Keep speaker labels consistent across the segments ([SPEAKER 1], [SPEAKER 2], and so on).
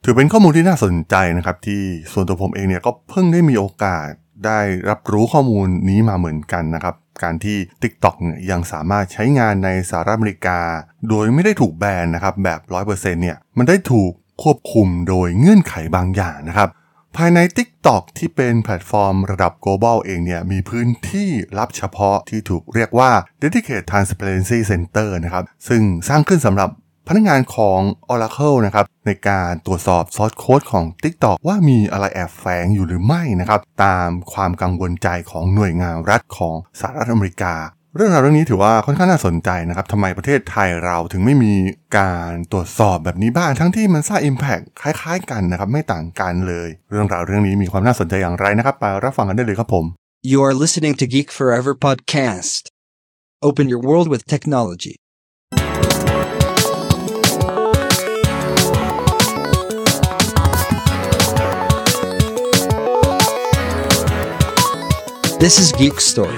[SPEAKER 1] ถือเป็นข้อมูลที่น่าสนใจนะครับที่ส่วนตัวผมเองเนี่ยก็เพิ่งได้มีโอกาสได้รับรู้ข้อมูลนี้มาเหมือนกันนะครับการที่ TikTok เนี่ยยังสามารถใช้งานในสหรัฐอเมริกาโดยไม่ได้ถูกแบนนะครับแบบ 100% เนี่ยมันได้ถูกควบคุมโดยเงื่อนไขบางอย่างนะครับภายใน TikTok ที่เป็นแพลตฟอร์มระดับ global เองเนี่ยมีพื้นที่ลับเฉพาะที่ถูกเรียกว่า Dedicated Transparency Center นะครับซึ่งสร้างขึ้นสำหรับพนักงานของ Oracle นะครับในการตรวจสอบซอร์สโค้ดของ TikTok ว่ามีอะไรแอบแฝงอยู่หรือไม่นะครับตามความกังวลใจของหน่วยงานรัฐของสหรัฐอเมริกาเรื่องราวเรื่องนี้ถือว่าค่อนข้างน่าสนใจนะครับทำไมประเทศไทยเราถึงไม่มีการตรวจสอบแบบนี้บ้างทั้งที่มันสร้าง Impact คล้ายๆกันนะครับไม่ต่างกันเลยเรื่องราวเรื่องนี้มีความน่าสนใจอย่างไรนะครับไปรับฟังกันได้เลยครับผม
[SPEAKER 2] You are listening to Geek Forever podcast. Open your world with technology. This is Geek Story.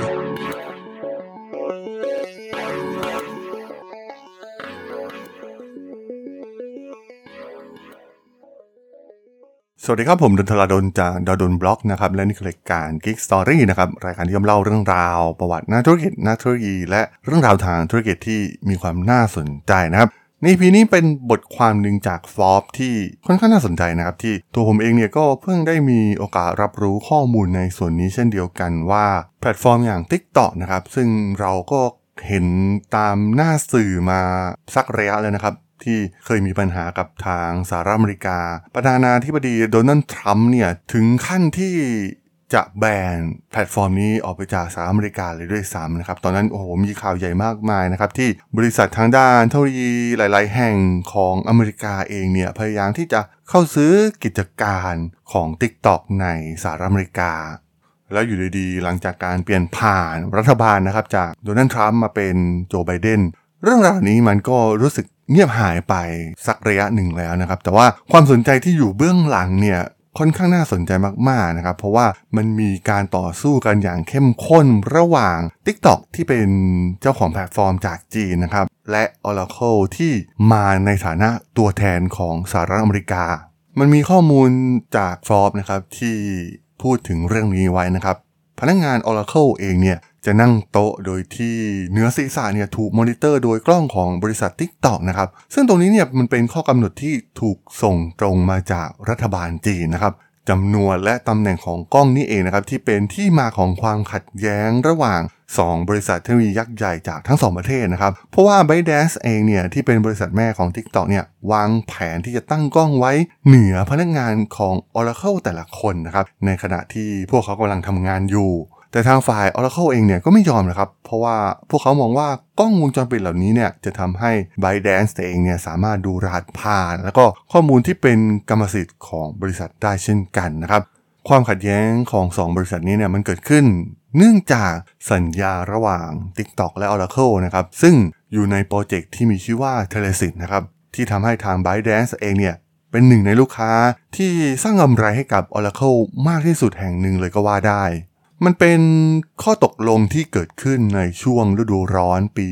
[SPEAKER 1] สวัสดีครับผมดนทราดลจากดนบล็อกนะครับและนี่คือรายการ Geek Story นะครับรายการที่เล่าเรื่องราวประวัตินักธุรกิจนักเทคโนโลยีและเรื่องราวทางธุรกิจที่มีความน่าสนใจนะครับใน EP นี้เป็นบทความหนึ่งจาก Forbes ที่ค่อนข้างน่าสนใจนะครับที่ตัวผมเองเนี่ยก็เพิ่งได้มีโอกาสรับรู้ข้อมูลในส่วนนี้เช่นเดียวกันว่าแพลตฟอร์มอย่าง TikTok นะครับซึ่งเราก็เห็นตามหน้าสื่อมาสักระยะแล้วนะครับที่เคยมีปัญหากับทางสหรัฐอเมริกาประธานาธิบดีโดนัลด์ทรัมป์เนี่ยถึงขั้นที่จะแบนแพลตฟอร์มนี้ออกไปจากสหรัฐอเมริกาเลยด้วยซ้ำนะครับตอนนั้นโอ้โหมีข่าวใหญ่มากมายนะครับที่บริษัททางด้านเทคโนโลยีหลายๆแห่งของอเมริกาเองเนี่ยพยายามที่จะเข้าซื้อกิจการของ TikTok ในสหรัฐอเมริกาแล้วอยู่ดีๆหลังจากการเปลี่ยนผ่านรัฐบาลนะครับจากโดนัลด์ทรัมป์มาเป็นโจไบเดนเรื่องราวนี้มันก็รู้สึกเงียบหายไปสักระยะหนึ่งแล้วนะครับแต่ว่าความสนใจที่อยู่เบื้องหลังเนี่ยค่อนข้างน่าสนใจมากๆนะครับเพราะว่ามันมีการต่อสู้กันอย่างเข้มข้นระหว่าง TikTok ที่เป็นเจ้าของแพลตฟอร์มจากจีนนะครับและ Oracle ที่มาในฐานะตัวแทนของสหรัฐอเมริกามันมีข้อมูลจาก Forbes นะครับที่พูดถึงเรื่องนี้ไว้นะครับพนักงาน Oracle เองเนี่ยจะนั่งโต๊ะโดยที่เนื้อศีรษะเนี่ยถูกมอนิเตอร์โดยกล้องของบริษัท TikTok นะครับซึ่งตรงนี้เนี่ยมันเป็นข้อกำหนดที่ถูกส่งตรงมาจากรัฐบาลจีนนะครับจำนวนและตำแหน่งของกล้องนี่เองนะครับที่เป็นที่มาของความขัดแย้งระหว่าง2บริษัทเทคโนโลยียักษ์ใหญ่จากทั้ง2ประเทศนะครับเพราะว่า ByteDance เองเนี่ยที่เป็นบริษัทแม่ของ TikTok เนี่ยวางแผนที่จะตั้งกล้องไว้เหนือพนักงานของ Oracle แต่ละคนนะครับในขณะที่พวกเขากำลังทำงานอยู่แต่ทางฝ่าย Oracle เองเนี่ยก็ไม่ยอมนะครับเพราะว่าพวกเขามองว่ากล้องวงจรปิดเหล่านี้เนี่ยจะทำให้ ByteDance เองเนี่ยสามารถดูรหัสผ่านแล้วก็ข้อมูลที่เป็นกรรมสิทธิ์ของบริษัทได้เช่นกันนะครับความขัดแย้งของ2บริษัทนี้เนี่ยมันเกิดขึ้นเนื่องจากสัญญาระหว่าง TikTok และ Oracle นะครับซึ่งอยู่ในโปรเจกต์ที่มีชื่อว่า Telesis นะครับที่ทำให้ทาง ByteDance เองเนี่ยเป็นหนึ่งในลูกค้าที่สร้างกำไรให้กับ Oracle มากที่สุดแห่งหนึ่งเลยก็ว่าได้มันเป็นข้อตกลงที่เกิดขึ้นในช่วงฤดูร้อนปี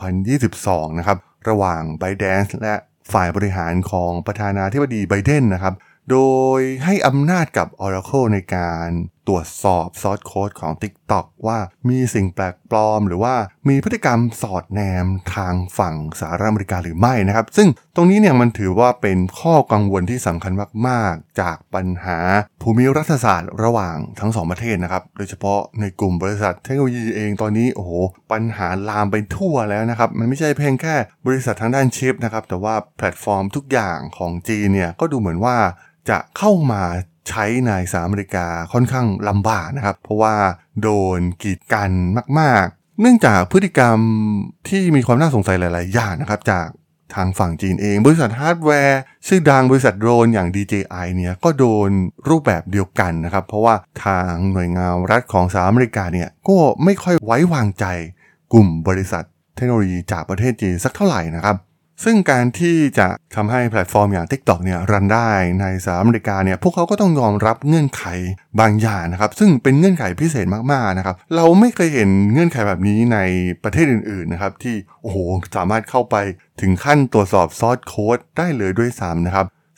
[SPEAKER 1] 2022 นะครับระหว่าง ByteDance และฝ่ายบริหารของประธานาธิบดีไบเดนนะครับโดยให้อำนาจกับ Oracle ในการตรวจสอบซอร์สโค้ดของ TikTok ว่ามีสิ่งแปลกปลอมหรือว่ามีพฤติกรรมสอดแนมทางฝั่งสหรัฐอเมริกาหรือไม่นะครับซึ่งตรงนี้เนี่ยมันถือว่าเป็นข้อกังวลที่สำคัญมากๆจากปัญหาภูมิรัฐศาสตร์ระหว่างทั้ง2ประเทศนะครับโดยเฉพาะในกลุ่มบริษัทเทคโนโลยีเองตอนนี้โอ้โหปัญหาลามไปทั่วแล้วนะครับมันไม่ใช่เพียงแค่บริษัททางด้านชิปนะครับแต่ว่าแพลตฟอร์มทุกอย่างของจีนเนี่ยก็ดูเหมือนว่าจะเข้ามาใช้ในสหรัฐอเมริกาค่อนข้างลำบากนะครับเพราะว่าโดนกีดกันมากๆเนื่องจากพฤติกรรมที่มีความน่าสงสัยหลายๆอย่างนะครับจากทางฝั่งจีนเองบริษัทฮาร์ดแวร์ชื่อดังบริษัทโดรนอย่าง DJI เนี่ยก็โดนรูปแบบเดียวกันนะครับเพราะว่าทางหน่วยงานรัฐของสหรัฐอเมริกาเนี่ยก็ไม่ค่อยไว้วางใจกลุ่มบริษัทเทคโนโลยีจากประเทศจีนสักเท่าไหร่นะครับซึ่งการที่จะทำให้แพลตฟอร์มอย่าง TikTok เนี่ยรันได้ในสหรัฐอเมริกาเนี่ยพวกเขาก็ต้องยอมรับเงื่อนไขบางอย่างนะครับซึ่งเป็นเงื่อนไขพิเศษมากๆนะครับเราไม่เคยเห็นเงื่อนไขแบบนี้ในประเทศอื่นๆนะครับที่โอ้โหสามารถเข้าไปถึงขั้นตรวจสอบซอร์สโค้ดได้เลยด้วยซ้ำนะครับ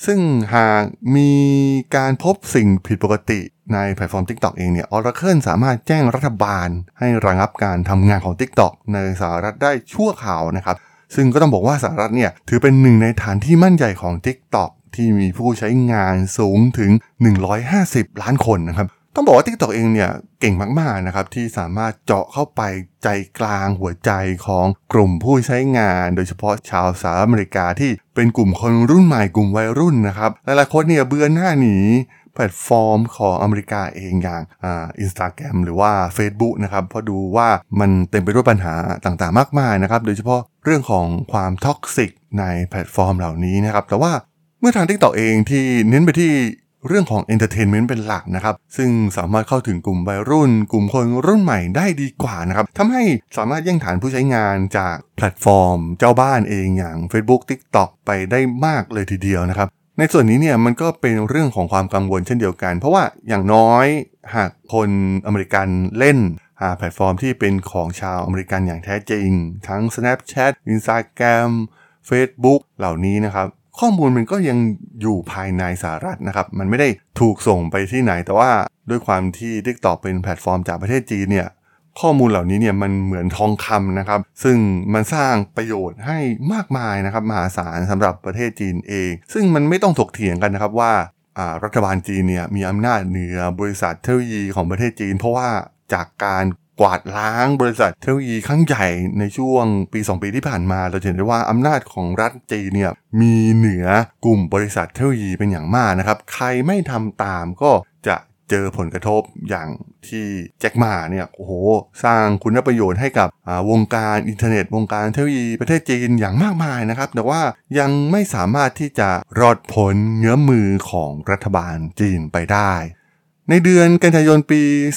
[SPEAKER 1] ซึ่งหากมีการพบสิ่งผิดปกติในแพลตฟอร์ม TikTok เองเนี่ย Oracle สามารถแจ้งรัฐบาลให้ระงับการทำงานของ TikTok ในสหรัฐได้ชั่วคราวนะครับซึ่งก็ต้องบอกว่าสหรัฐเนี่ยถือเป็นหนึ่งในฐานที่มั่นใหญ่ของ TikTok ที่มีผู้ใช้งานสูงถึง150ล้านคนนะครับต้องบอกว่า TikTok เองเนี่ยเก่งมากๆนะครับที่สามารถเจาะเข้าไปใจกลางหัวใจของกลุ่มผู้ใช้งานโดยเฉพาะชาวสหรัฐอเมริกาที่เป็นกลุ่มคนรุ่นใหม่กลุ่มวัยรุ่นนะครับหลายๆคนเนี่ยเบื่อหน้าหนีแพลตฟอร์มของอเมริกาเองอย่างInstagram หรือว่า Facebook นะครับเพราะดูว่ามันเต็มไปด้วยปัญหาต่างๆมากมายนะครับโดยเฉพาะเรื่องของความท็อกซิกในแพลตฟอร์มเหล่านี้นะครับแต่ว่าเมื่อทาง TikTok เองที่เน้นไปที่เรื่องของ entertainment เป็นหลักนะครับซึ่งสามารถเข้าถึงกลุ่มวัยรุ่นกลุ่มคนรุ่นใหม่ได้ดีกว่านะครับทำให้สามารถแย่งฐานผู้ใช้งานจากแพลตฟอร์มเจ้าบ้านเองอย่าง Facebook TikTok ไปได้มากเลยทีเดียวนะครับในส่วนนี้เนี่ยมันก็เป็นเรื่องของความกังวลเช่นเดียวกันเพราะว่าอย่างน้อยหากคนอเมริกันเล่นแพลตฟอร์มที่เป็นของชาวอเมริกันอย่างแท้จริงทั้ง Snapchat Instagram Facebook เหล่านี้นะครับข้อมูลมันก็ยังอยู่ภายในสหรัฐนะครับมันไม่ได้ถูกส่งไปที่ไหนแต่ว่าด้วยความที่ TikTok เป็นแพลตฟอร์มจากประเทศจีนเนี่ยข้อมูลเหล่านี้เนี่ยมันเหมือนทองคำนะครับซึ่งมันสร้างประโยชน์ให้มากมายนะครับมหาศาลสำหรับประเทศจีนเองซึ่งมันไม่ต้องถกเถียงกันนะครับว่ารัฐบาลจีนเนี่ยมีอำนาจเหนือบริษัทเทคโนโลยีของประเทศจีนเพราะว่าจากการกวาดล้างบริษัทเทคโนโลยีครั้งใหญ่ในช่วงปี2ปีที่ผ่านมาเราเห็นได้ว่าอำนาจของรัฐจีนเนี่ยมีเหนือกลุ่มบริษัทเทคโนโลยีเป็นอย่างมากนะครับใครไม่ทำตามก็จะเจอผลกระทบอย่างที่แจ็คหม่าเนี่ยโอ้โหสร้างคุณประโยชน์ให้กับวงการอินเทอร์เน็ตวงการเทคโนโลยีประเทศจีนอย่างมากมายนะครับแต่ว่ายังไม่สามารถที่จะรอดพ้นเงื้อมมือของรัฐบาลจีนไปได้ในเดือนกันยายนปี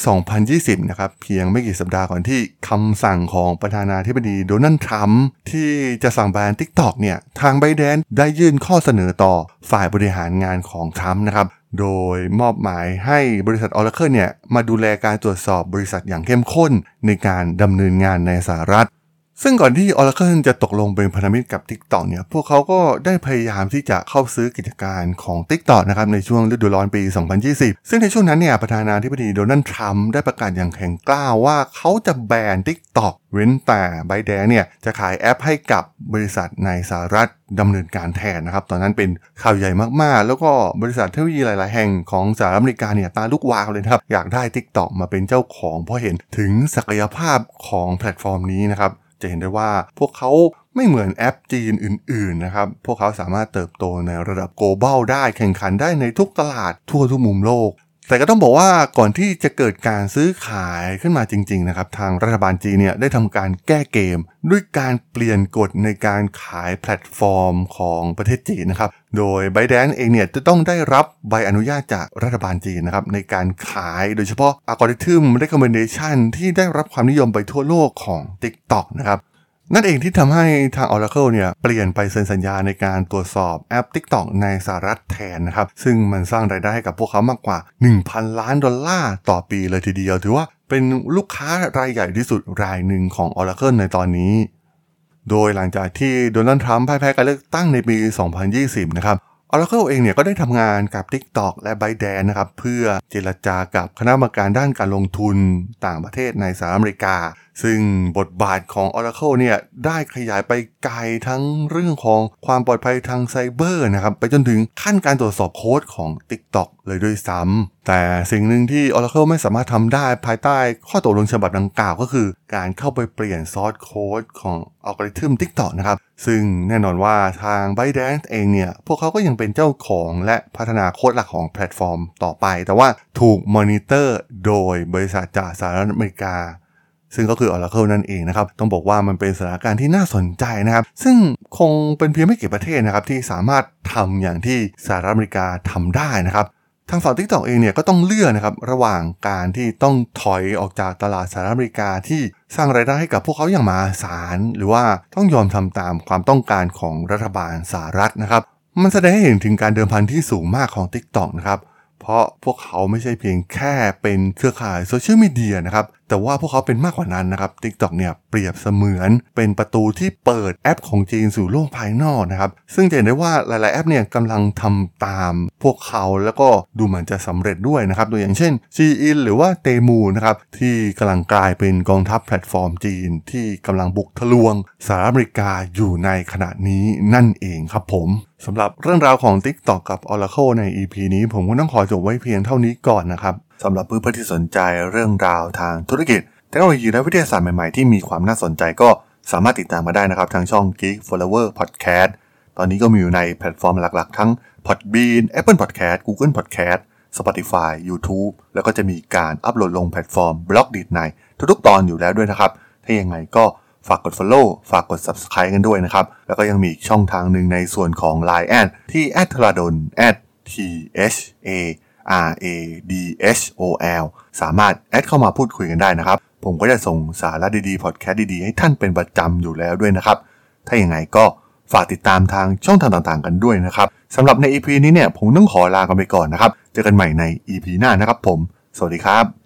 [SPEAKER 1] 2020 นะครับเพียงไม่กี่สัปดาห์ก่อนที่คำสั่งของประธานาธิบดีโดนัลด์ทรัมป์ที่จะสั่งแบน TikTok เนี่ยทาง ByteDance ได้ยื่นข้อเสนอต่อฝ่ายบริหารงานของทรัมป์นะครับโดยมอบหมายให้บริษัท Oracle เนี่ยมาดูแลการตรวจสอบบริษัทอย่างเข้มข้นในการดำเนินงานในสหรัฐซึ่งก่อนที่ Oracle จะตกลงเป็นพันธมิตรกับ TikTok เนี่ยพวกเขาก็ได้พยายามที่จะเข้าซื้อกิจการของ TikTok นะครับในช่วงฤดูร้อนปี 2020 ซึ่งในช่วงนั้นเนี่ยประธานาธิบดีโดนัลด์ทรัมป์ได้ประกาศอย่างแข็งกล้าวว่าเขาจะแบน TikTok เว้นแต่ ByteDance เนี่ยจะขายแอปให้กับบริษัทในสหรัฐดำเนินการแทนนะครับตอนนั้นเป็นข่าวใหญ่มากๆแล้วก็บริษัทเทคโนโลยีหลายๆแห่งของสหรัฐอเมริกาเนี่ยตาลุกวาวเลยนะครับอยากได้ TikTok มาเป็นเจ้าของเพราะเห็นถึงศักยภาพของแพลตฟอร์มนี้นะครับจะเห็นได้ว่าพวกเขาไม่เหมือนแอปจีนอื่นๆนะครับพวกเขาสามารถเติบโตในระดับ global ได้แข่งขันได้ในทุกตลาดทั่วทุกมุมโลกแต่ก็ต้องบอกว่าก่อนที่จะเกิดการซื้อขายขึ้นมาจริงๆนะครับทางรัฐบาลจีนเนี่ยได้ทำการแก้เกมด้วยการเปลี่ยนกฎในการขายแพลตฟอร์มของประเทศจีนนะครับโดย ByteDance เองเนี่ยจะต้องได้รับใบอนุญาตจากรัฐบาลจีนนะครับในการขายโดยเฉพาะ Algorithm Recommendation ที่ได้รับความนิยมไปทั่วโลกของ TikTok นะครับนั่นเองที่ทำให้ทาง Oracle เนี่ยเปลี่ยนไปเซ็นสัญญาในการตรวจสอบแอป TikTok ในสหรัฐแทนนะครับซึ่งมันสร้างรายได้ให้กับพวกเขามากกว่า $1,000 ล้านต่อปีเลยทีเดียวถือว่าเป็นลูกค้ารายใหญ่ที่สุดรายหนึ่งของ Oracle ในตอนนี้โดยหลังจากที่โดนัลด์ทรัมป์พ่ายแพ้การเลือกตั้งในปี 2020 นะครับOracle เองเนี่ยก็ได้ทำงานกับ TikTok และ ByteDance นะครับเพื่อเจรจากับคณะกรรมการด้านการลงทุนต่างประเทศในสหรัฐอเมริกาซึ่งบทบาทของ Oracle เนี่ยได้ขยายไปไกลทั้งเรื่องของความปลอดภัยทางไซเบอร์นะครับไปจนถึงขั้นการตรวจสอบโค้ดของ TikTok เลยด้วยซ้ำแต่สิ่งหนึ่งที่ Oracle ไม่สามารถทำได้ภายใต้ข้อตกลงฉบับดังกล่าวก็คือการเข้าไปเปลี่ยนซอร์สโค้ดของอัลกอริทึม TikTok นะครับซึ่งแน่นอนว่าทาง ByteDance เองเนี่ยพวกเขาก็ยังเป็นเจ้าของและพัฒนาโค้ดหลักของแพลตฟอร์มต่อไปแต่ว่าถูกมอนิเตอร์โดยบริษัทจากสหรัฐอเมริกาซึ่งก็คือ Oracle นั่นเองนะครับต้องบอกว่ามันเป็นสถานการณ์ที่น่าสนใจนะครับซึ่งคงเป็นเพียงไม่กี่ประเทศนะครับที่สามารถทำอย่างที่สหรัฐอเมริกาทำได้นะครับทางฝั่ง TikTok เองเนี่ยก็ต้องเลือกนะครับระหว่างการที่ต้องถอยออกจากตลาดสหรัฐอเมริกาที่สร้างรายได้ให้กับพวกเขาอย่างมหาศาลหรือว่าต้องยอมทำตามความต้องการของรัฐบาลสหรัฐนะครับมันแสดงให้เห็นถึงการเดิมพันที่สูงมากของ TikTok นะครับเพราะพวกเขาไม่ใช่เพียงแค่เป็นเครือข่ายโซเชียลมีเดียนะครับแต่ว่าพวกเขาเป็นมากกว่านั้นนะครับ TikTok เนี่ยเปรียบเสมือนเป็นประตูที่เปิดแอปของจีนสู่โลกภายนอกนะครับซึ่งจะเห็นได้ว่าหลายๆแอปเนี่ยกำลังทำตามพวกเขาแล้วก็ดูเหมือนจะสำเร็จด้วยนะครับตัวอย่างเช่น Shein หรือว่า Temu นะครับที่กำลังกลายเป็นกองทัพแพลตฟอร์มจีนที่กำลังบุกทะลวงสหรัฐอเมริกาอยู่ในขณะนี้นั่นเองครับผมสำหรับเรื่องราวของ TikTok กับ Oracle ใน EP นี้ผมก็ต้องขอจบไว้เพียงเท่านี้ก่อนนะครับสำหรับเพื่อนๆที่สนใจเรื่องราวทางธุรกิจเทคโนโลยีและวิทยาศาสตร์ใหม่ๆที่มีความน่าสนใจก็สามารถติดตามมาได้นะครับทางช่อง Geek Flower Podcast ตอนนี้ก็มีอยู่ในแพลตฟอร์มหลักๆทั้ง Podbean Apple Podcast Google Podcast Spotify YouTube แล้วก็จะมีการอัปโหลดลงแพลตฟอร์ม Blogdit ในทุกๆตอนอยู่แล้วด้วยนะครับถ้ายังไงก็ฝากกด follow ฝากกด subscribe กันด้วยนะครับแล้วก็ยังมีอีกช่องทางหนึ่งในส่วนของ Line แอดที่ @thradol @THARADSOL สามารถแอดเข้ามาพูดคุยกันได้นะครับผมก็จะส่งสาระดีๆพอดแคสต์ดีๆให้ท่านเป็นประจำอยู่แล้วด้วยนะครับถ้าอย่างไรก็ฝากติดตามทางช่องทางต่างๆกันด้วยนะครับสำหรับใน EP นี้เนี่ยผมต้องขอลากันไปก่อนนะครับเจอกันใหม่ใน EP หน้านะครับผมสวัสดีครับ